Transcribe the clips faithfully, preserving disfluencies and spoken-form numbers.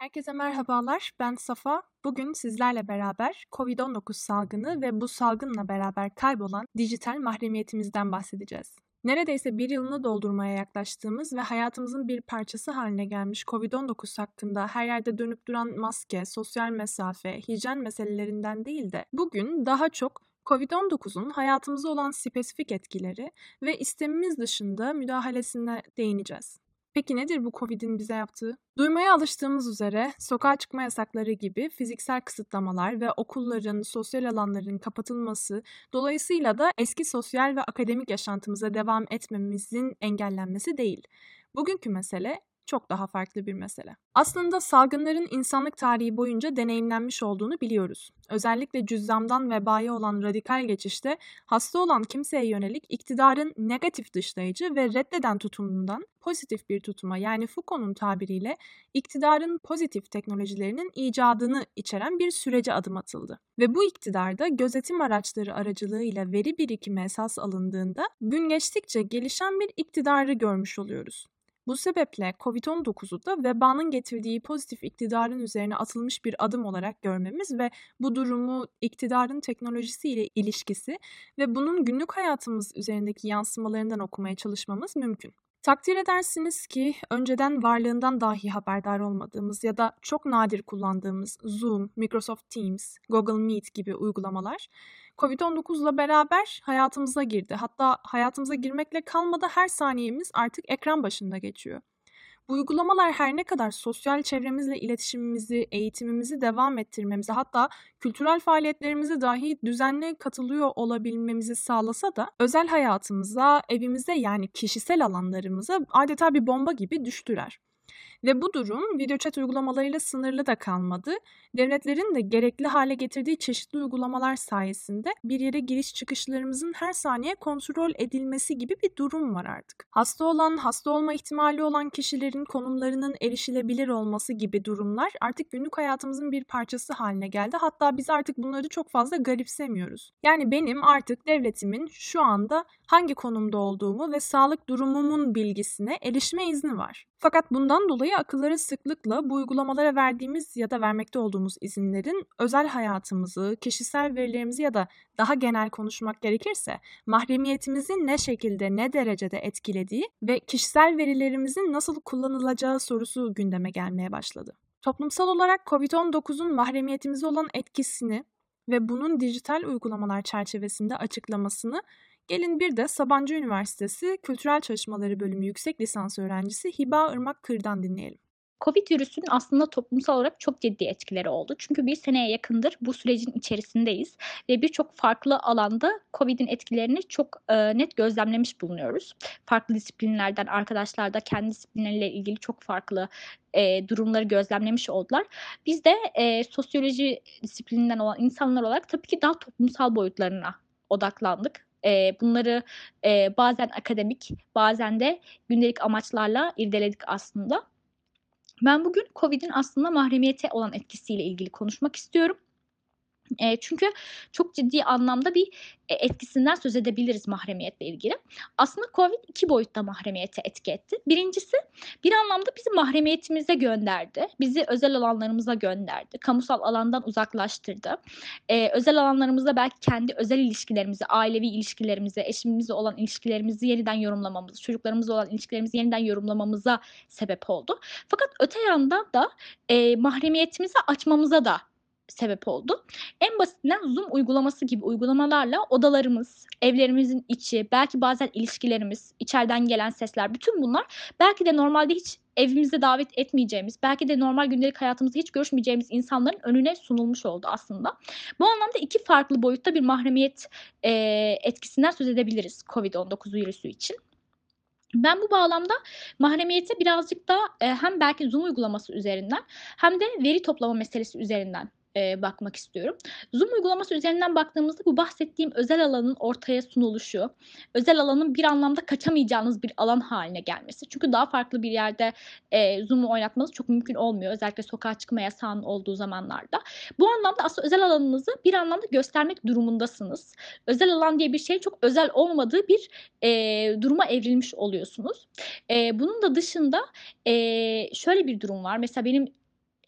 Herkese merhabalar, ben Safa. Bugün sizlerle beraber covid on dokuz salgını ve bu salgınla beraber kaybolan dijital mahremiyetimizden bahsedeceğiz. Neredeyse bir yılını doldurmaya yaklaştığımız ve hayatımızın bir parçası haline gelmiş covid on dokuz hakkında her yerde dönüp duran maske, sosyal mesafe, hijyen meselelerinden değil de bugün daha çok covid on dokuzun hayatımıza olan spesifik etkileri ve istemimiz dışında müdahalesine değineceğiz. Peki nedir bu Covid'in bize yaptığı? Duymaya alıştığımız üzere sokağa çıkma yasakları gibi fiziksel kısıtlamalar ve okulların, sosyal alanların kapatılması, dolayısıyla da eski sosyal ve akademik yaşantımıza devam etmemizin engellenmesi değil. Bugünkü mesele çok daha farklı bir mesele. Aslında salgınların insanlık tarihi boyunca deneyimlenmiş olduğunu biliyoruz. Özellikle cüzzamdan vebaya olan radikal geçişte hasta olan kimseye yönelik iktidarın negatif dışlayıcı ve reddeden tutumundan pozitif bir tutuma, yani Foucault'un tabiriyle iktidarın pozitif teknolojilerinin icadını içeren bir sürece adım atıldı. Ve bu iktidarda gözetim araçları aracılığıyla veri birikimi esas alındığında gün geçtikçe gelişen bir iktidarı görmüş oluyoruz. Bu sebeple covid on dokuzu da vebanın getirdiği pozitif iktidarın üzerine atılmış bir adım olarak görmemiz ve bu durumu iktidarın teknolojisiyle ilişkisi ve bunun günlük hayatımız üzerindeki yansımalarından okumaya çalışmamız mümkün. Takdir edersiniz ki önceden varlığından dahi haberdar olmadığımız ya da çok nadir kullandığımız Zoom, Microsoft Teams, Google Meet gibi uygulamalar covid on dokuzla beraber hayatımıza girdi. Hatta hayatımıza girmekle kalmadı, her saniyemiz artık ekran başında geçiyor. Bu uygulamalar her ne kadar sosyal çevremizle iletişimimizi, eğitimimizi devam ettirmemizi, hatta kültürel faaliyetlerimize dahi düzenli katılıyor olabilmemizi sağlasa da özel hayatımıza, evimize, yani kişisel alanlarımıza adeta bir bomba gibi düştüler. Ve bu durum video chat uygulamalarıyla sınırlı da kalmadı. Devletlerin de gerekli hale getirdiği çeşitli uygulamalar sayesinde bir yere giriş çıkışlarımızın her saniye kontrol edilmesi gibi bir durum var artık. Hasta olan, hasta olma ihtimali olan kişilerin konumlarının erişilebilir olması gibi durumlar artık günlük hayatımızın bir parçası haline geldi. Hatta biz artık bunları çok fazla garipsemiyoruz. Yani benim artık devletimin şu anda hangi konumda olduğumu ve sağlık durumumun bilgisine erişme izni var. Fakat bundan dolayı akıllara sıklıkla bu uygulamalara verdiğimiz ya da vermekte olduğumuz izinlerin özel hayatımızı, kişisel verilerimizi ya da daha genel konuşmak gerekirse mahremiyetimizi ne şekilde, ne derecede etkilediği ve kişisel verilerimizin nasıl kullanılacağı sorusu gündeme gelmeye başladı. Toplumsal olarak covid on dokuzun mahremiyetimize olan etkisini ve bunun dijital uygulamalar çerçevesinde açıklamasını gelin bir de Sabancı Üniversitesi Kültürel Çalışmaları Bölümü yüksek lisans öğrencisi Hiba Irmak Kır'dan dinleyelim. Covid virüsünün aslında toplumsal olarak çok ciddi etkileri oldu. Çünkü bir seneye yakındır bu sürecin içerisindeyiz ve birçok farklı alanda Covid'in etkilerini çok, eee, net gözlemlemiş bulunuyoruz. Farklı disiplinlerden arkadaşlar da kendi disiplinleriyle ilgili çok farklı, eee, durumları gözlemlemiş oldular. Biz de, eee, sosyoloji disiplininden olan insanlar olarak tabii ki daha toplumsal boyutlarına odaklandık. Eee, bunları, eee, bazen akademik, bazen de gündelik amaçlarla irdeledik aslında. Ben bugün Covid'in aslında mahremiyete olan etkisiyle ilgili konuşmak istiyorum. Eee, çünkü çok ciddi anlamda bir, eee, etkisinden söz edebiliriz mahremiyetle ilgili. Aslında Covid iki boyutta mahremiyete etki etti. Birincisi, bir anlamda bizi mahremiyetimize gönderdi. Bizi özel alanlarımıza gönderdi. Kamusal alandan uzaklaştırdı. Eee, özel alanlarımızda belki kendi özel ilişkilerimizi, ailevi ilişkilerimizi, eşimizle olan ilişkilerimizi yeniden yorumlamamızı, çocuklarımızla olan ilişkilerimizi yeniden yorumlamamıza sebep oldu. Fakat öte yandan da, eee, mahremiyetimizi açmamıza da sebep oldu. En basitinden Zoom uygulaması gibi uygulamalarla odalarımız, evlerimizin içi, belki bazen ilişkilerimiz, içeriden gelen sesler, bütün bunlar belki de normalde hiç evimize davet etmeyeceğimiz, belki de normal gündelik hayatımızda hiç görüşmeyeceğimiz insanların önüne sunulmuş oldu aslında. Bu anlamda iki farklı boyutta bir mahremiyet, eee, etkisinden söz edebiliriz covid on dokuz virüsü için. Ben bu bağlamda mahremiyete birazcık da, eee, hem belki Zoom uygulaması üzerinden hem de veri toplama meselesi üzerinden, eee, bakmak istiyorum. Zoom uygulaması üzerinden baktığımızda bu bahsettiğim özel alanın ortaya sunuluşu, özel alanın bir anlamda kaçamayacağınız bir alan haline gelmesi. Çünkü daha farklı bir yerde, eee, Zoom'u oynatmanız çok mümkün olmuyor. Özellikle sokağa çıkma yasağının olduğu zamanlarda. Bu anlamda aslında özel alanınızı bir anlamda göstermek durumundasınız. Özel alan diye bir şeyin çok özel olmadığı bir, eee, duruma evrilmiş oluyorsunuz. Eee, bunun da dışında, eee, şöyle bir durum var. Mesela benim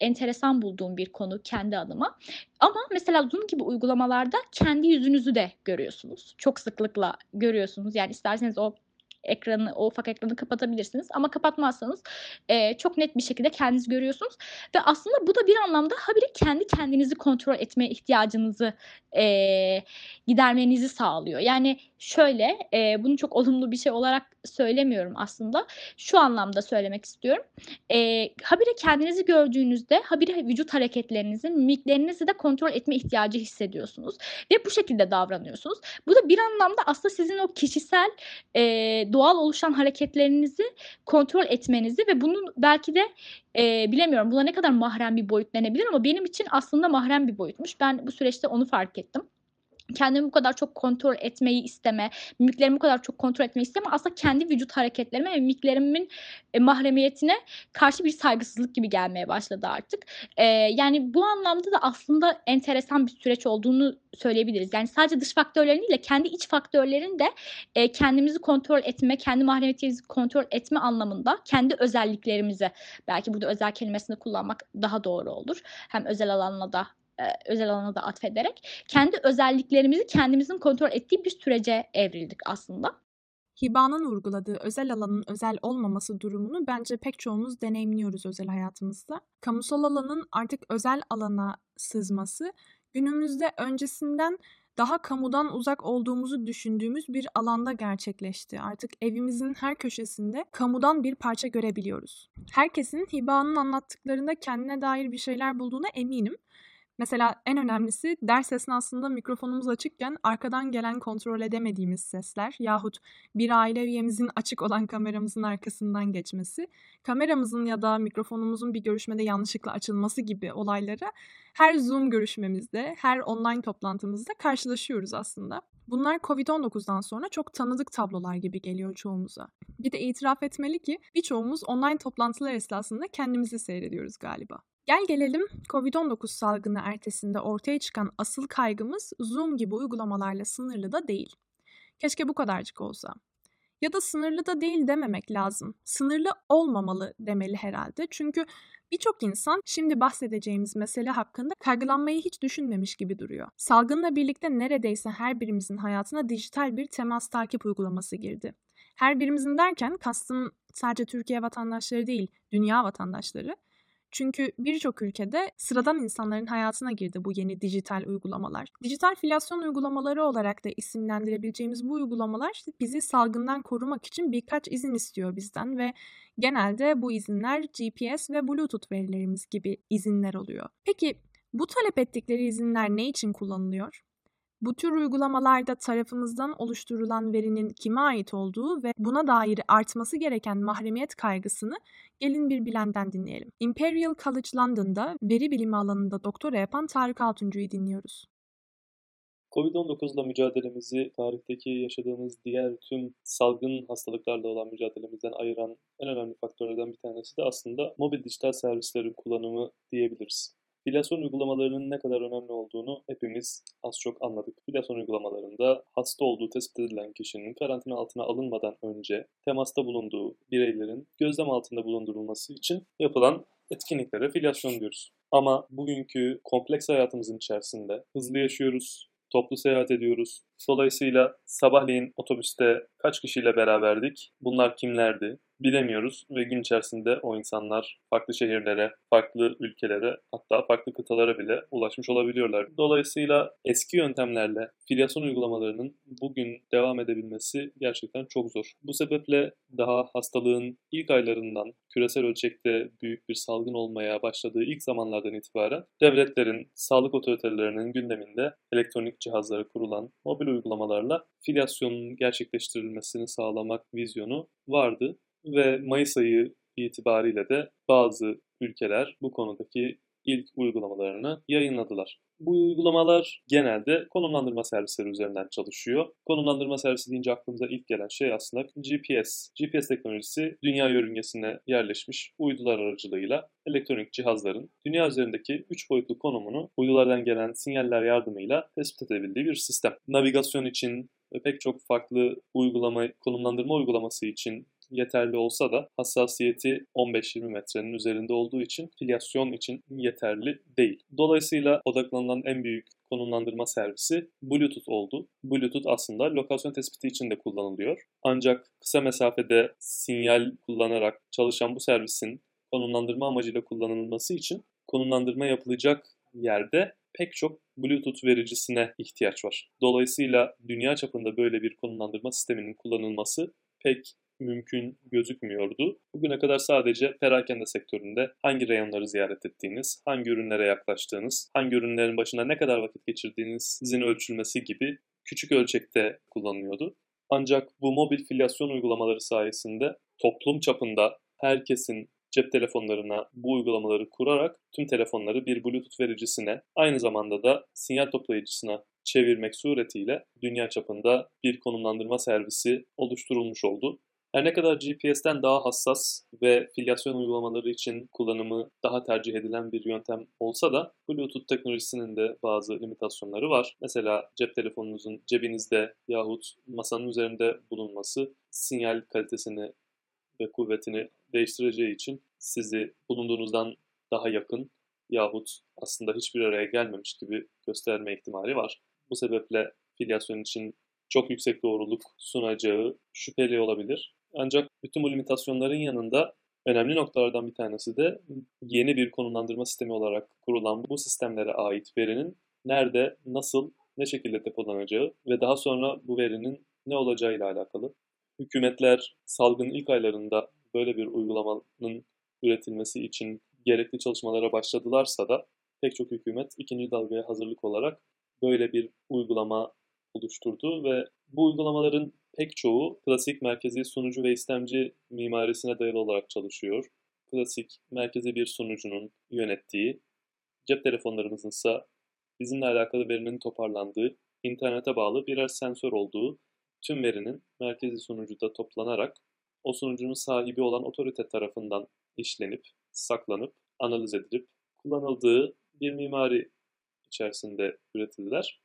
enteresan bulduğum bir konu kendi adıma. Ama mesela Zoom gibi uygulamalarda kendi yüzünüzü de görüyorsunuz. Çok sıklıkla görüyorsunuz. Yani isterseniz o ekranı, o ufak ekranı kapatabilirsiniz ama kapatmazsanız, eee, çok net bir şekilde kendinizi görüyorsunuz ve aslında bu da bir anlamda habire kendi kendinizi kontrol etme ihtiyacınızı, eee, gidermenizi sağlıyor. Yani şöyle, eee, bunu çok olumlu bir şey olarak söylemiyorum aslında. Şu anlamda söylemek istiyorum. Eee, habire kendinizi gördüğünüzde habire vücut hareketlerinizi, mimiklerinizi de kontrol etme ihtiyacı hissediyorsunuz ve bu şekilde davranıyorsunuz. Bu da bir anlamda aslında sizin o kişisel, eee, doğal oluşan hareketlerinizi kontrol etmenizi ve bunun belki de, eee, bilemiyorum buna ne kadar mahrem bir boyut denebilir ama benim için aslında mahrem bir boyutmuş. Ben bu süreçte onu fark ettim. Kendimi bu kadar çok kontrol etmeyi isteme, mimiklerimi bu kadar çok kontrol etmeyi isteme aslında kendi vücut hareketlerime ve mimiklerimin, eee, mahremiyetine karşı bir saygısızlık gibi gelmeye başladı artık. Eee, yani bu anlamda da aslında enteresan bir süreç olduğunu söyleyebiliriz. Yani sadece dış faktörlerin değil de kendi iç faktörlerin de, eee, kendimizi kontrol etme, kendi mahremiyetimizi kontrol etme anlamında kendi özelliklerimizi, belki burada özel kelimesini kullanmak daha doğru olur. Hem özel alanla da, eee, özel alana da atfederek kendi özelliklerimizi kendimizin kontrol ettiği bir sürece evrildik aslında. Hiba'nın vurguladığı özel alanın özel olmaması durumunu bence pek çoğumuz deneyimliyoruz özel hayatımızda. Kamusal alanın artık özel alana sızması, günümüzde öncesinden daha kamudan uzak olduğumuzu düşündüğümüz bir alanda gerçekleşti. Artık evimizin her köşesinde kamudan bir parça görebiliyoruz. Herkesin Hiba'nın anlattıklarında kendine dair bir şeyler bulduğuna eminim. Mesela en önemlisi ders esnasında mikrofonumuz açıkken arkadan gelen kontrol edemediğimiz sesler yahut bir aile üyemizin açık olan kameramızın arkasından geçmesi, kameramızın ya da mikrofonumuzun bir görüşmede yanlışlıkla açılması gibi olaylara her Zoom görüşmemizde, her online toplantımızda karşılaşıyoruz aslında. Bunlar covid on dokuzdan sonra çok tanıdık tablolar gibi geliyor çoğumuza. Bir de itiraf etmeli ki birçoğumuz online toplantılar esnasında kendimizi seyrediyoruz galiba. Gel gelelim covid on dokuz salgını ertesinde ortaya çıkan asıl kaygımız Zoom gibi uygulamalarla sınırlı da değil. Keşke bu kadarcık olsa. Ya da sınırlı da değil dememek lazım. Sınırlı olmamalı demeli herhalde. Çünkü birçok insan şimdi bahsedeceğimiz mesele hakkında kaygılanmayı hiç düşünmemiş gibi duruyor. Salgınla birlikte neredeyse her birimizin hayatına dijital bir temas takip uygulaması girdi. Her birimizin derken kastım sadece Türkiye vatandaşları değil, dünya vatandaşları. Çünkü birçok ülkede sıradan insanların hayatına girdi bu yeni dijital uygulamalar. Dijital filyasyon uygulamaları olarak da isimlendirebileceğimiz bu uygulamalar bizi salgından korumak için birkaç izin istiyor bizden ve genelde bu izinler G P S ve Bluetooth verilerimiz gibi izinler oluyor. Peki bu talep ettikleri izinler ne için kullanılıyor? Bu tür uygulamalarda tarafımızdan oluşturulan verinin kime ait olduğu ve buna dair artması gereken mahremiyet kaygısını gelin bir bilenden dinleyelim. Imperial College London'da veri bilimi alanında doktora yapan Tarık Altuncu'yu dinliyoruz. covid on dokuzla mücadelemizi tarihteki yaşadığımız diğer tüm salgın hastalıklarla olan mücadelemizden ayıran en önemli faktörlerden bir tanesi de aslında mobil dijital servislerin kullanımı diyebiliriz. Filyasyon uygulamalarının ne kadar önemli olduğunu hepimiz az çok anladık. Filyasyon uygulamalarında hasta olduğu tespit edilen kişinin karantina altına alınmadan önce temasta bulunduğu bireylerin gözlem altında bulundurulması için yapılan etkinliklere filyasyon diyoruz. Ama bugünkü kompleks hayatımızın içerisinde hızlı yaşıyoruz, toplu seyahat ediyoruz. Dolayısıyla sabahleyin otobüste kaç kişiyle beraberdik? Bunlar kimlerdi? Bilemiyoruz ve gün içerisinde o insanlar farklı şehirlere, farklı ülkelere, hatta farklı kıtalara bile ulaşmış olabiliyorlar. Dolayısıyla eski yöntemlerle filyasyon uygulamalarının bugün devam edebilmesi gerçekten çok zor. Bu sebeple daha hastalığın ilk aylarından küresel ölçekte büyük bir salgın olmaya başladığı ilk zamanlardan itibaren devletlerin, sağlık otoritelerinin gündeminde elektronik cihazlara kurulan mobil uygulamalarla filyasyonun gerçekleştirilmesini sağlamak vizyonu vardı. Ve Mayıs ayı itibariyle de bazı ülkeler bu konudaki ilk uygulamalarını yayınladılar. Bu uygulamalar genelde konumlandırma servisleri üzerinden çalışıyor. Konumlandırma servisi deyince aklımıza ilk gelen şey aslında G P S. G P S teknolojisi dünya yörüngesine yerleşmiş uydular aracılığıyla elektronik cihazların dünya üzerindeki üç boyutlu konumunu uydulardan gelen sinyaller yardımıyla tespit edebildiği bir sistem. Navigasyon için ve pek çok farklı uygulama, konumlandırma uygulaması için yeterli olsa da hassasiyeti on beş yirmi metrenin üzerinde olduğu için filyasyon için yeterli değil. Dolayısıyla odaklanılan en büyük konumlandırma servisi Bluetooth oldu. Bluetooth aslında lokasyon tespiti için de kullanılıyor. Ancak kısa mesafede sinyal kullanarak çalışan bu servisin konumlandırma amacıyla kullanılması için konumlandırma yapılacak yerde pek çok Bluetooth vericisine ihtiyaç var. Dolayısıyla dünya çapında böyle bir konumlandırma sisteminin kullanılması pek mümkün gözükmüyordu. Bugüne kadar sadece perakende sektöründe hangi reyonları ziyaret ettiğiniz, hangi ürünlere yaklaştığınız, hangi ürünlerin başına ne kadar vakit geçirdiğinizin ölçülmesi gibi küçük ölçekte kullanılıyordu. Ancak bu mobil filyasyon uygulamaları sayesinde toplum çapında herkesin cep telefonlarına bu uygulamaları kurarak tüm telefonları bir Bluetooth vericisine, aynı zamanda da sinyal toplayıcısına çevirmek suretiyle dünya çapında bir konumlandırma servisi oluşturulmuş oldu. Her ne kadar G P S'ten daha hassas ve filyasyon uygulamaları için kullanımı daha tercih edilen bir yöntem olsa da Bluetooth teknolojisinin de bazı limitasyonları var. Mesela cep telefonunuzun cebinizde yahut masanın üzerinde bulunması sinyal kalitesini ve kuvvetini değiştireceği için sizi bulunduğunuzdan daha yakın yahut aslında hiçbir araya gelmemiş gibi gösterme ihtimali var. Bu sebeple filyasyon için çok yüksek doğruluk sunacağı şüpheli olabilir. Ancak bütün bu limitasyonların yanında önemli noktalardan bir tanesi de yeni bir konumlandırma sistemi olarak kurulan bu sistemlere ait verinin nerede, nasıl, ne şekilde depolanacağı ve daha sonra bu verinin ne olacağıyla alakalı. Hükümetler salgının ilk aylarında böyle bir uygulamanın üretilmesi için gerekli çalışmalara başladılarsa da pek çok hükümet ikinci dalgaya hazırlık olarak böyle bir uygulama oluşturdu ve bu uygulamaların pek çoğu klasik merkezi sunucu ve istemci mimarisine dayalı olarak çalışıyor. Klasik merkezi bir sunucunun yönettiği, cep telefonlarımızın ise bizimle alakalı verinin toparlandığı, internete bağlı birer sensör olduğu tüm verinin merkezi sunucuda toplanarak o sunucunun sahibi olan otorite tarafından işlenip, saklanıp, analiz edilip kullanıldığı bir mimari içerisinde üretildiler.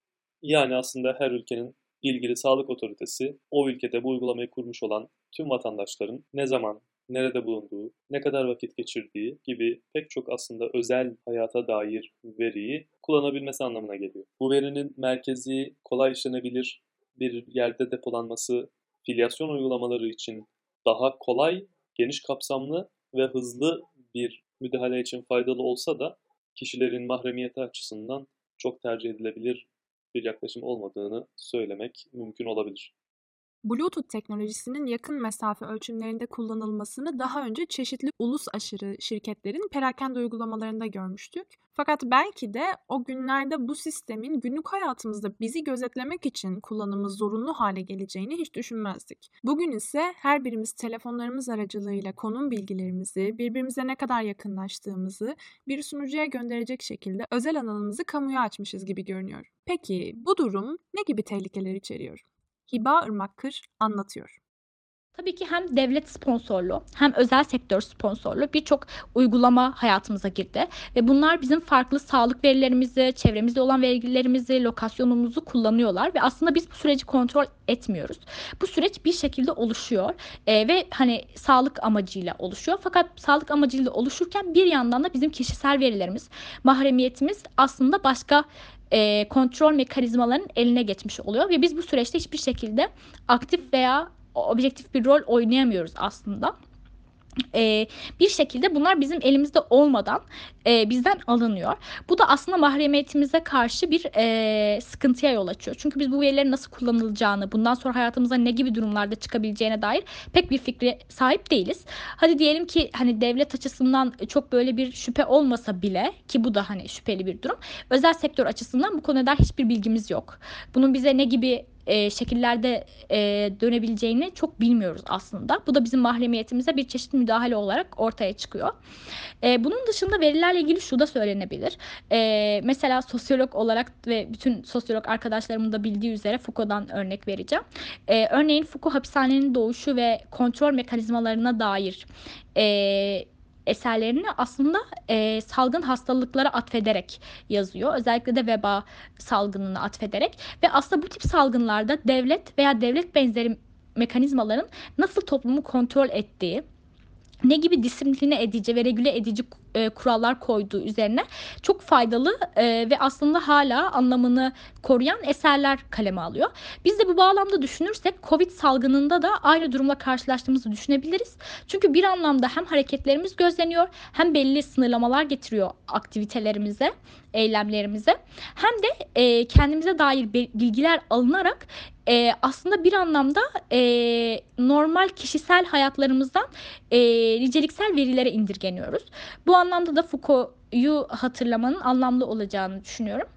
Yani aslında her ülkenin ilgili sağlık otoritesi o ülkede bu uygulamayı kurmuş olan tüm vatandaşların ne zaman, nerede bulunduğu, ne kadar vakit geçirdiği gibi pek çok aslında özel hayata dair veriyi kullanabilmesi anlamına geliyor. Bu verinin merkezi, kolay işlenebilir bir yerde depolanması, filyasyon uygulamaları için daha kolay, geniş kapsamlı ve hızlı bir müdahale için faydalı olsa da kişilerin mahremiyeti açısından çok tercih edilebilir bir yaklaşım olmadığını söylemek mümkün olabilir. Bluetooth teknolojisinin yakın mesafe ölçümlerinde kullanılmasını daha önce çeşitli ulus aşırı şirketlerin perakende uygulamalarında görmüştük. Fakat belki de o günlerde bu sistemin günlük hayatımızda bizi gözetlemek için kullanımı zorunlu hale geleceğini hiç düşünmezdik. Bugün ise her birimiz telefonlarımız aracılığıyla konum bilgilerimizi, birbirimize ne kadar yakınlaştığımızı bir sunucuya gönderecek şekilde özel alanımızı kamuya açmışız gibi görünüyor. Peki bu durum ne gibi tehlikeler içeriyor? Hiba Irmakkır anlatıyor. Tabii ki hem devlet sponsorlu hem özel sektör sponsorlu birçok uygulama hayatımıza girdi ve bunlar bizim farklı sağlık verilerimizi, çevremizde olan verilerimizi, lokasyonumuzu kullanıyorlar ve aslında biz bu süreci kontrol etmiyoruz. Bu süreç bir şekilde oluşuyor e, ve hani sağlık amacıyla oluşuyor. Fakat sağlık amacıyla oluşurken bir yandan da bizim kişisel verilerimiz, mahremiyetimiz aslında başka e, kontrol mekanizmalarının eline geçmiş oluyor ve biz bu süreçte hiçbir şekilde aktif veya objektif bir rol oynayamıyoruz aslında. Ee, bir şekilde bunlar bizim elimizde olmadan e, bizden alınıyor. Bu da aslında mahremiyetimize karşı bir e, sıkıntıya yol açıyor. Çünkü biz bu verilerin nasıl kullanılacağını, bundan sonra hayatımıza ne gibi durumlarda çıkabileceğine dair pek bir fikre sahip değiliz. Hadi diyelim ki hani devlet açısından çok böyle bir şüphe olmasa bile, ki bu da hani şüpheli bir durum. Özel sektör açısından bu konuda hiçbir bilgimiz yok. Bunun bize ne gibi E, şekillerde e, dönebileceğini çok bilmiyoruz aslında. Bu da bizim mahremiyetimize bir çeşit müdahale olarak ortaya çıkıyor. E, bunun dışında verilerle ilgili şu da söylenebilir. E, mesela sosyolog olarak ve bütün sosyolog arkadaşlarımın da bildiği üzere Foucault'dan örnek vereceğim. E, örneğin Foucault hapishanenin doğuşu ve kontrol mekanizmalarına dair e, eserlerini aslında e, salgın hastalıklara atfederek yazıyor. Özellikle de veba salgınını atfederek ve aslında bu tip salgınlarda devlet veya devlet benzeri mekanizmaların nasıl toplumu kontrol ettiği, ne gibi disipline edici ve regüle edici e, kurallar koyduğu üzerine çok faydalı e, ve aslında hala anlamını koruyan eserler kaleme alıyor. Biz de bu bağlamda düşünürsek Covid salgınında da aynı durumla karşılaştığımızı düşünebiliriz. Çünkü bir anlamda hem hareketlerimiz gözleniyor, hem belli sınırlamalar getiriyor aktivitelerimize, eylemlerimize, hem de e, kendimize dair bilgiler alınarak e, aslında bir anlamda e, normal kişisel hayatlarımızdan e, niceliksel verilere indirgeniyoruz. Bu anlamda da Foucault'u hatırlamanın anlamlı olacağını düşünüyorum.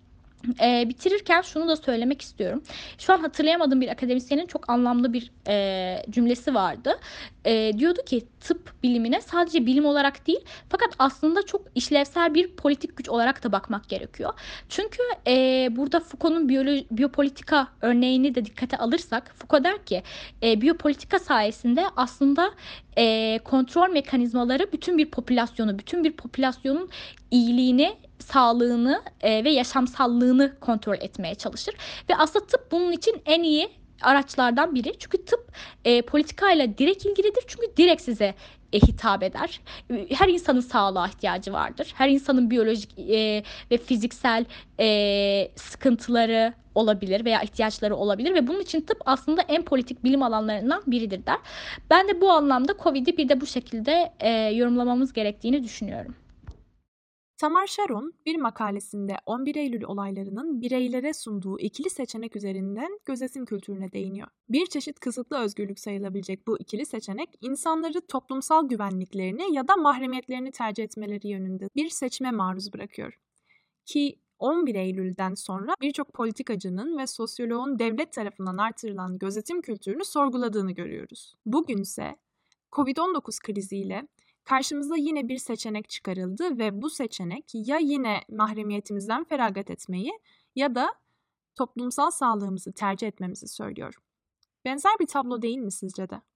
E, bitirirken şunu da söylemek istiyorum. Şu an hatırlayamadığım bir akademisyenin çok anlamlı bir e, cümlesi vardı. E, diyordu ki tıp bilimine sadece bilim olarak değil, fakat aslında çok işlevsel bir politik güç olarak da bakmak gerekiyor. Çünkü e, burada Foucault'un biyolo- biyopolitika örneğini de dikkate alırsak, Foucault der ki e, biyopolitika sayesinde aslında e, kontrol mekanizmaları bütün bir popülasyonu, bütün bir popülasyonun iyiliğini, sağlığını e, ve yaşamsallığını kontrol etmeye çalışır. Ve aslında tıp bunun için en iyi araçlardan biri. Çünkü tıp e, politikayla direkt ilgilidir. Çünkü direkt size e, hitap eder. Her insanın sağlığa ihtiyacı vardır. Her insanın biyolojik e, ve fiziksel e, sıkıntıları olabilir veya ihtiyaçları olabilir ve bunun için tıp aslında en politik bilim alanlarından biridir der. Ben de bu anlamda Covid'i bir de bu şekilde e, yorumlamamız gerektiğini düşünüyorum. Tamar Sharon bir makalesinde on bir Eylül olaylarının bireylere sunduğu ikili seçenek üzerinden gözetim kültürüne değiniyor. Bir çeşit kısıtlı özgürlük sayılabilecek bu ikili seçenek, insanları toplumsal güvenliklerini ya da mahremiyetlerini tercih etmeleri yönünde bir seçime maruz bırakıyor. Ki on bir Eylül'den sonra birçok politikacının ve sosyoloğun devlet tarafından artırılan gözetim kültürünü sorguladığını görüyoruz. Bugün ise kovid on dokuz kriziyle karşımıza yine bir seçenek çıkarıldı ve bu seçenek ya yine mahremiyetimizden feragat etmeyi ya da toplumsal sağlığımızı tercih etmemizi söylüyor. Benzer bir tablo değil mi sizce de?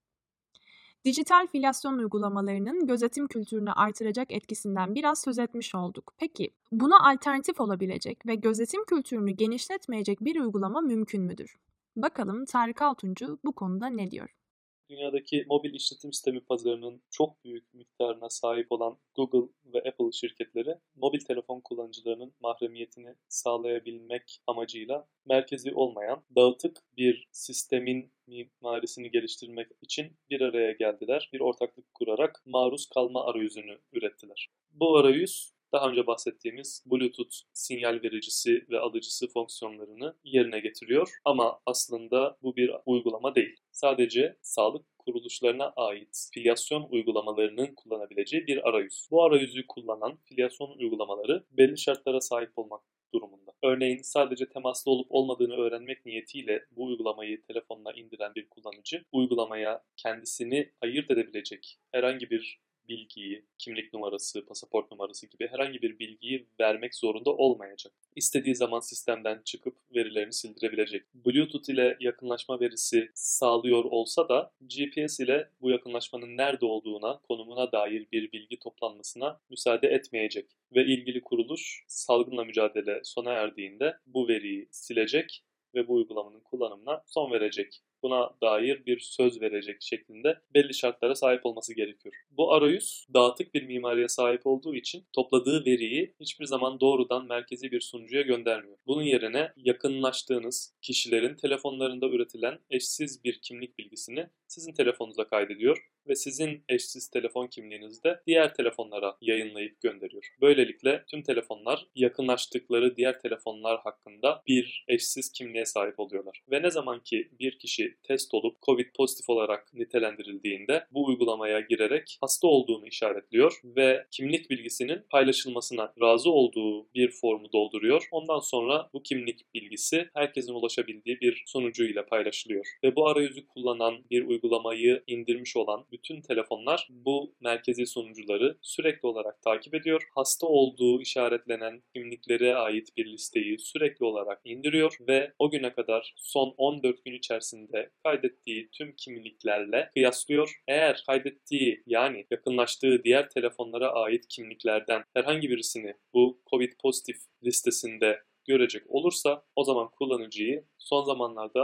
Dijital filyasyon uygulamalarının gözetim kültürünü artıracak etkisinden biraz söz etmiş olduk. Peki, buna alternatif olabilecek ve gözetim kültürünü genişletmeyecek bir uygulama mümkün müdür? Bakalım Tarık Altuncu bu konuda ne diyor? Dünyadaki mobil işletim sistemi pazarının çok büyük miktarına sahip olan Google ve Apple şirketleri, mobil telefon kullanıcılarının mahremiyetini sağlayabilmek amacıyla merkezi olmayan, dağıtık bir sistemin mimarisini geliştirmek için bir araya geldiler. Bir ortaklık kurarak maruz kalma arayüzünü ürettiler. Bu arayüz, daha önce bahsettiğimiz Bluetooth sinyal vericisi ve alıcısı fonksiyonlarını yerine getiriyor. Ama aslında bu bir uygulama değil. Sadece sağlık kuruluşlarına ait filyasyon uygulamalarının kullanabileceği bir arayüz. Bu arayüzü kullanan filyasyon uygulamaları belli şartlara sahip olmak durumunda. Örneğin sadece temaslı olup olmadığını öğrenmek niyetiyle bu uygulamayı telefonuna indiren bir kullanıcı, uygulamaya kendisini ayırt edebilecek herhangi bir bilgiyi, kimlik numarası, pasaport numarası gibi herhangi bir bilgiyi vermek zorunda olmayacak. İstediği zaman sistemden çıkıp verilerini sildirebilecek. Bluetooth ile yakınlaşma verisi sağlıyor olsa da G P S ile bu yakınlaşmanın nerede olduğuna, konumuna dair bir bilgi toplanmasına müsaade etmeyecek. Ve ilgili kuruluş salgınla mücadele sona erdiğinde bu veriyi silecek ve bu uygulamanın kullanımına son verecek. Buna dair bir söz verecek şeklinde belli şartlara sahip olması gerekiyor. Bu arayüz dağıtık bir mimariye sahip olduğu için topladığı veriyi hiçbir zaman doğrudan merkezi bir sunucuya göndermiyor. Bunun yerine yakınlaştığınız kişilerin telefonlarında üretilen eşsiz bir kimlik bilgisini sizin telefonunuza kaydediyor ve sizin eşsiz telefon kimliğinizi de diğer telefonlara yayınlayıp gönderiyor. Böylelikle tüm telefonlar yakınlaştıkları diğer telefonlar hakkında bir eşsiz kimliğe sahip oluyorlar. Ve ne zaman ki bir kişi test olup Covid pozitif olarak nitelendirildiğinde bu uygulamaya girerek hasta olduğunu işaretliyor ve kimlik bilgisinin paylaşılmasına razı olduğu bir formu dolduruyor. Ondan sonra bu kimlik bilgisi herkesin ulaşabildiği bir sunucuyla paylaşılıyor. Ve bu arayüzü kullanan bir uygulamayı indirmiş olan bütün telefonlar bu merkezi sunucuları sürekli olarak takip ediyor. Hasta olduğu işaretlenen kimliklere ait bir listeyi sürekli olarak indiriyor ve o güne kadar son on dört gün içerisinde kaydettiği tüm kimliklerle kıyaslıyor. Eğer kaydettiği yani yakınlaştığı diğer telefonlara ait kimliklerden herhangi birisini bu Covid pozitif listesinde görecek olursa o zaman kullanıcıyı son zamanlarda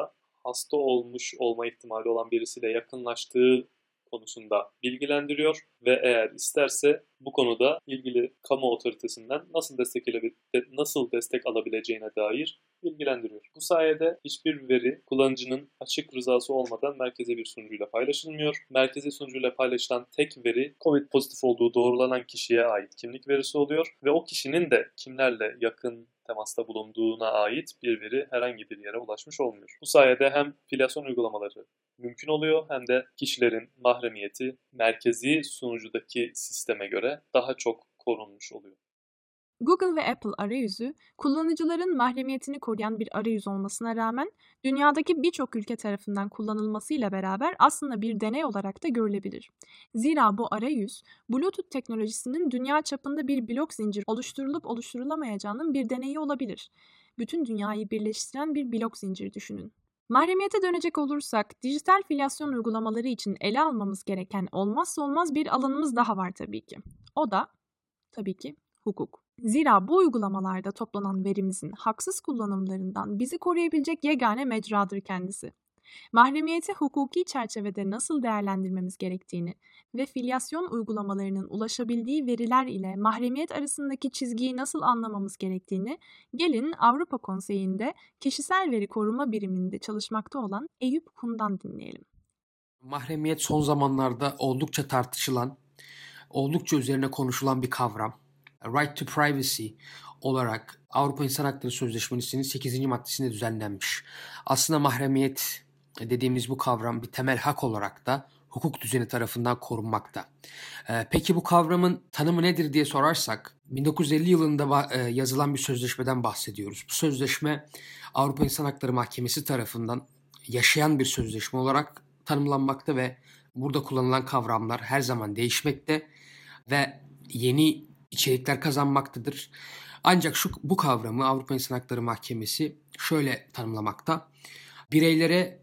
hasta olmuş olma ihtimali olan birisiyle yakınlaştığı konusunda bilgilendiriyor ve eğer isterse bu konuda ilgili kamu otoritesinden nasıl destek nasıl destek alabileceğine dair bilgilendiriyor. Bu sayede hiçbir veri kullanıcının açık rızası olmadan merkezi bir sunucuyla paylaşılmıyor. Merkezi sunucuyla paylaşılan tek veri Covid pozitif olduğu doğrulanan kişiye ait kimlik verisi oluyor ve o kişinin de kimlerle yakın temasta bulunduğuna ait bir veri herhangi bir yere ulaşmış olmuyor. Bu sayede hem filyasyon uygulamaları mümkün oluyor hem de kişilerin mahremiyeti merkezi sunucudaki sisteme göre daha çok korunmuş oluyor. Google ve Apple arayüzü, kullanıcıların mahremiyetini koruyan bir arayüz olmasına rağmen dünyadaki birçok ülke tarafından kullanılmasıyla beraber aslında bir deney olarak da görülebilir. Zira bu arayüz, Bluetooth teknolojisinin dünya çapında bir blok zincir oluşturulup oluşturulamayacağının bir deneyi olabilir. Bütün dünyayı birleştiren bir blok zincir düşünün. Mahremiyete dönecek olursak, dijital filyasyon uygulamaları için ele almamız gereken olmazsa olmaz bir alanımız daha var tabii ki. O da, tabii ki, hukuk. Zira bu uygulamalarda toplanan verimizin haksız kullanımlarından bizi koruyabilecek yegane mecradır kendisi. Mahremiyeti hukuki çerçevede nasıl değerlendirmemiz gerektiğini ve filyasyon uygulamalarının ulaşabildiği veriler ile mahremiyet arasındaki çizgiyi nasıl anlamamız gerektiğini gelin Avrupa Konseyi'nde Kişisel Veri Koruma Biriminde çalışmakta olan Eyüp Kun'dan dinleyelim. Mahremiyet son zamanlarda oldukça tartışılan, oldukça üzerine konuşulan bir kavram. Right to Privacy olarak Avrupa İnsan Hakları Sözleşmesi'nin sekizinci maddesinde düzenlenmiş. Aslında mahremiyet dediğimiz bu kavram bir temel hak olarak da hukuk düzeni tarafından korunmakta. Ee, peki bu kavramın tanımı nedir diye sorarsak, bin dokuz yüz elli yılında yazılan bir sözleşmeden bahsediyoruz. Bu sözleşme Avrupa İnsan Hakları Mahkemesi tarafından yaşayan bir sözleşme olarak tanımlanmakta ve burada kullanılan kavramlar her zaman değişmekte ve yeni içerikler kazanmaktadır. Ancak şu bu kavramı Avrupa İnsan Hakları Mahkemesi şöyle tanımlamakta: bireylere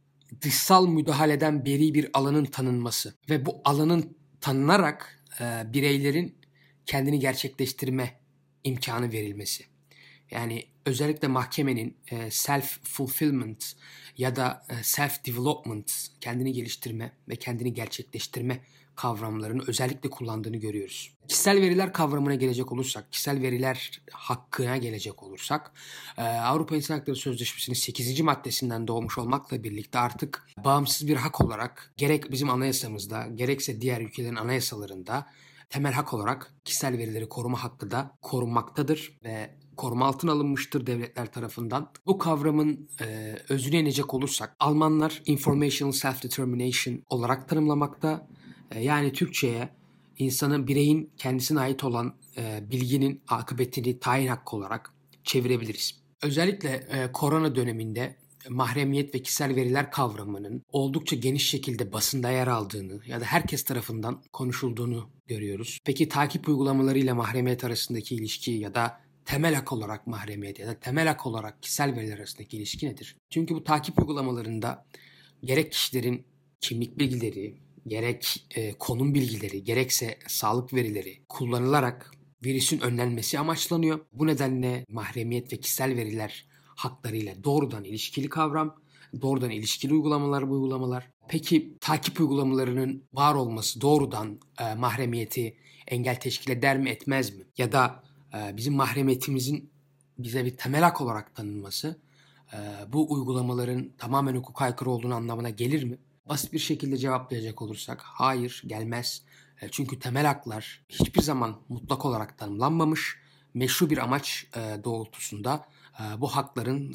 dışsal müdahaleden beri bir alanın tanınması ve bu alanın tanınarak e, bireylerin kendini gerçekleştirme imkanı verilmesi. Yani özellikle mahkemenin e, self-fulfillment ya da e, self-development, kendini geliştirme ve kendini gerçekleştirme kavramlarını özellikle kullandığını görüyoruz. Kişisel veriler kavramına gelecek olursak, kişisel veriler hakkına gelecek olursak, Avrupa İnsan Hakları Sözleşmesi'nin sekizinci maddesinden doğmuş olmakla birlikte artık bağımsız bir hak olarak gerek bizim anayasamızda, gerekse diğer ülkelerin anayasalarında temel hak olarak kişisel verileri koruma hakkı da korunmaktadır ve koruma altına alınmıştır devletler tarafından. Bu kavramın e, özüne inecek olursak, Almanlar Informational Self-Determination olarak tanımlamakta. Yani Türkçe'ye insanın, bireyin kendisine ait olan e, bilginin akıbetini tayin hakkı olarak çevirebiliriz. Özellikle e, korona döneminde mahremiyet ve kişisel veriler kavramının oldukça geniş şekilde basında yer aldığını ya da herkes tarafından konuşulduğunu görüyoruz. Peki takip uygulamalarıyla mahremiyet arasındaki ilişki ya da temel hak olarak mahremiyet ya da temel hak olarak kişisel veriler arasındaki ilişki nedir? Çünkü bu takip uygulamalarında gerek kişilerin kimlik bilgileri, gerek e, konum bilgileri, gerekse sağlık verileri kullanılarak virüsün önlenmesi amaçlanıyor. Bu nedenle mahremiyet ve kişisel veriler haklarıyla doğrudan ilişkili kavram, doğrudan ilişkili uygulamalar bu uygulamalar. Peki takip uygulamalarının var olması doğrudan e, mahremiyeti engel teşkil eder mi, etmez mi? Ya da e, bizim mahremiyetimizin bize bir temel hak olarak tanınması e, bu uygulamaların tamamen hukuka aykırı olduğunu anlamına gelir mi? Basit bir şekilde cevaplayacak olursak hayır, gelmez. Çünkü temel haklar hiçbir zaman mutlak olarak tanımlanmamış. Meşru bir amaç doğrultusunda bu hakların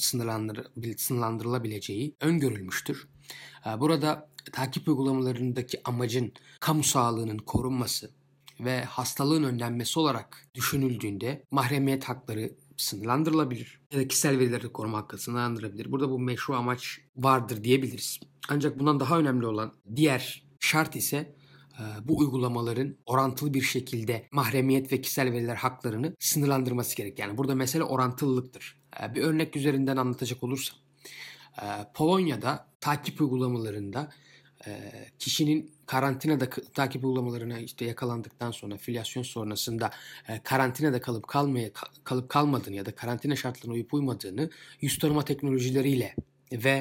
sınırlandırılabileceği öngörülmüştür. Burada takip uygulamalarındaki amacın kamu sağlığının korunması ve hastalığın önlenmesi olarak düşünüldüğünde mahremiyet hakları sınırlandırılabilir ya da kişisel verileri koruma hakkı sınırlandırılabilir. Burada bu meşru amaç vardır diyebiliriz. Ancak bundan daha önemli olan diğer şart ise bu uygulamaların orantılı bir şekilde mahremiyet ve kişisel veriler haklarını sınırlandırması gerek. Yani burada mesele orantılılıktır. Bir örnek üzerinden anlatacak olursam, Polonya'da takip uygulamalarında kişinin karantinada takip uygulamalarına işte yakalandıktan sonra filyasyon sonrasında karantinada kalıp kalmaya kalıp kalmadığını ya da karantina şartlarına uyup uymadığını yüz tanıma teknolojileriyle ve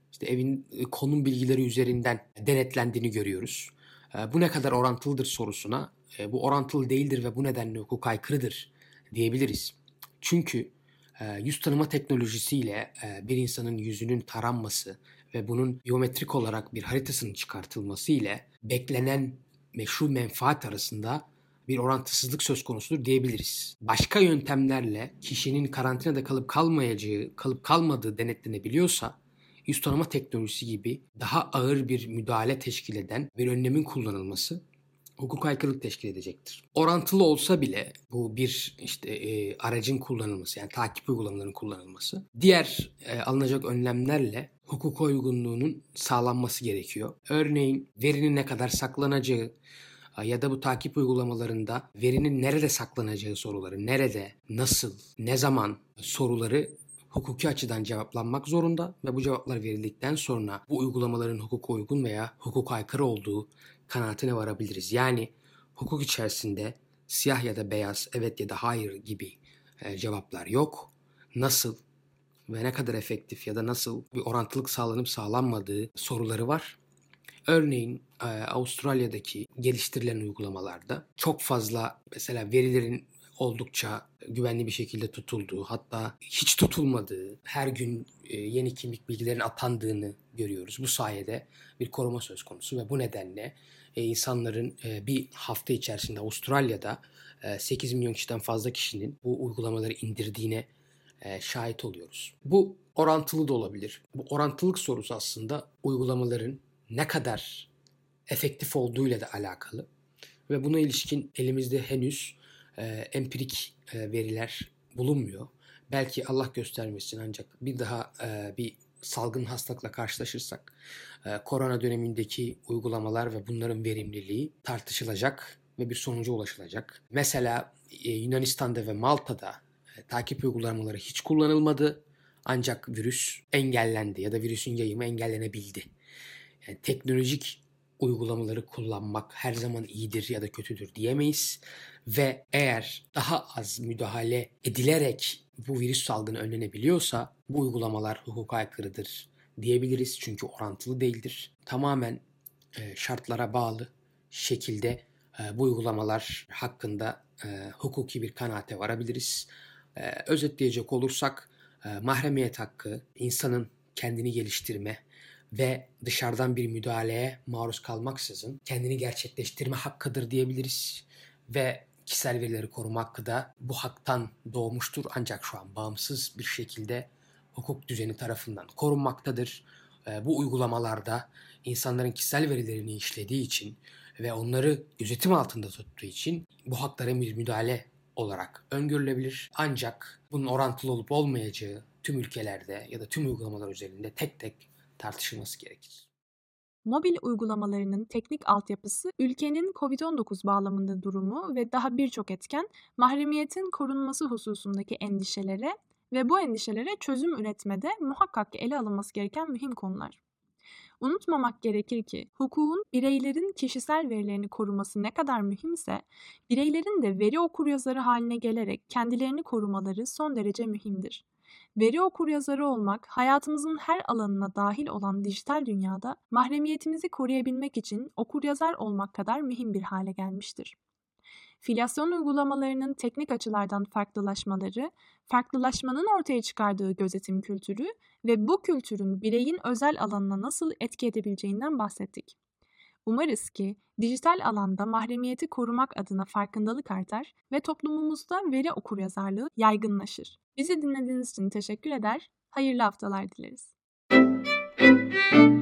işte evin konum bilgileri üzerinden denetlendiğini görüyoruz. Bu ne kadar orantılıdır sorusuna bu orantılı değildir ve bu nedenle hukuka aykırıdır diyebiliriz. Çünkü yüz tanıma teknolojisiyle bir insanın yüzünün taranması ve bunun biyometrik olarak bir haritasının çıkartılması ile beklenen meşru menfaat arasında bir orantısızlık söz konusudur diyebiliriz. Başka yöntemlerle kişinin karantinada kalıp kalmayacağı, kalıp kalmadığı denetlenebiliyorsa yüz tanıma teknolojisi gibi daha ağır bir müdahale teşkil eden bir önlemin kullanılması hukuka aykırılık teşkil edecektir. Orantılı olsa bile bu bir işte e, aracın kullanılması, yani takip uygulamalarının kullanılması, diğer e, alınacak önlemlerle hukuka uygunluğunun sağlanması gerekiyor. Örneğin verinin ne kadar saklanacağı ya da bu takip uygulamalarında verinin nerede saklanacağı soruları, nerede, nasıl, ne zaman soruları hukuki açıdan cevaplanmak zorunda ve bu cevaplar verildikten sonra bu uygulamaların hukuka uygun veya hukuka aykırı olduğu kanaatine varabiliriz. Yani hukuk içerisinde siyah ya da beyaz, evet ya da hayır gibi e, cevaplar yok. Nasıl ve ne kadar efektif ya da nasıl bir orantılık sağlanıp sağlanmadığı soruları var. Örneğin e, Avustralya'daki geliştirilen uygulamalarda çok fazla mesela verilerin oldukça güvenli bir şekilde tutulduğu, hatta hiç tutulmadığı, her gün e, yeni kimlik bilgilerinin atandığını görüyoruz. Bu sayede bir koruma söz konusu ve bu nedenle e, insanların e, bir hafta içerisinde Avustralya'da e, sekiz milyon kişiden fazla kişinin bu uygulamaları indirdiğine e, şahit oluyoruz. Bu orantılı da olabilir. Bu orantılılık sorusu aslında uygulamaların ne kadar efektif olduğuyla da alakalı ve buna ilişkin elimizde henüz e, empirik e, veriler bulunmuyor. Belki Allah göstermesin, ancak bir daha e, bir salgın hastalıkla karşılaşırsak e, korona dönemindeki uygulamalar ve bunların verimliliği tartışılacak ve bir sonuca ulaşılacak. Mesela e, Yunanistan'da ve Malta'da e, takip uygulamaları hiç kullanılmadı, ancak virüs engellendi ya da virüsün yayımı engellenebildi. Yani teknolojik uygulamaları kullanmak her zaman iyidir ya da kötüdür diyemeyiz ve eğer daha az müdahale edilerek bu virüs salgını önlenebiliyorsa bu uygulamalar hukuka aykırıdır diyebiliriz, çünkü orantılı değildir. Tamamen e, şartlara bağlı şekilde e, bu uygulamalar hakkında e, hukuki bir kanaate varabiliriz. E, özetleyecek olursak e, mahremiyet hakkı insanın kendini geliştirme ve dışarıdan bir müdahaleye maruz kalmaksızın kendini gerçekleştirme hakkıdır diyebiliriz. Ve kişisel verileri koruma hakkı da bu haktan doğmuştur, ancak şu an bağımsız bir şekilde hukuk düzeni tarafından korunmaktadır. E, bu uygulamalarda insanların kişisel verilerini işlediği için ve onları gözetim altında tuttuğu için bu haklara bir müdahale olarak öngörülebilir. Ancak bunun orantılı olup olmayacağı tüm ülkelerde ya da tüm uygulamalar üzerinde tek tek tartışılması gerekir. Mobil uygulamalarının teknik altyapısı, ülkenin kovid on dokuz bağlamında durumu ve daha birçok etken mahremiyetin korunması hususundaki endişelere ve bu endişelere çözüm üretmede muhakkak ele alınması gereken mühim konular. Unutmamak gerekir ki hukukun bireylerin kişisel verilerini koruması ne kadar mühimse, bireylerin de veri okuryazarı haline gelerek kendilerini korumaları son derece mühimdir. Veri okuryazarı olmak, hayatımızın her alanına dahil olan dijital dünyada mahremiyetimizi koruyabilmek için okuryazar olmak kadar mühim bir hale gelmiştir. Filyasyon uygulamalarının teknik açılardan farklılaşmaları, farklılaşmanın ortaya çıkardığı gözetim kültürü ve bu kültürün bireyin özel alanına nasıl etki edebileceğinden bahsettik. Umarız ki dijital alanda mahremiyeti korumak adına farkındalık artar ve toplumumuzda veri okuryazarlığı yaygınlaşır. Bizi dinlediğiniz için teşekkür eder, hayırlı haftalar dileriz.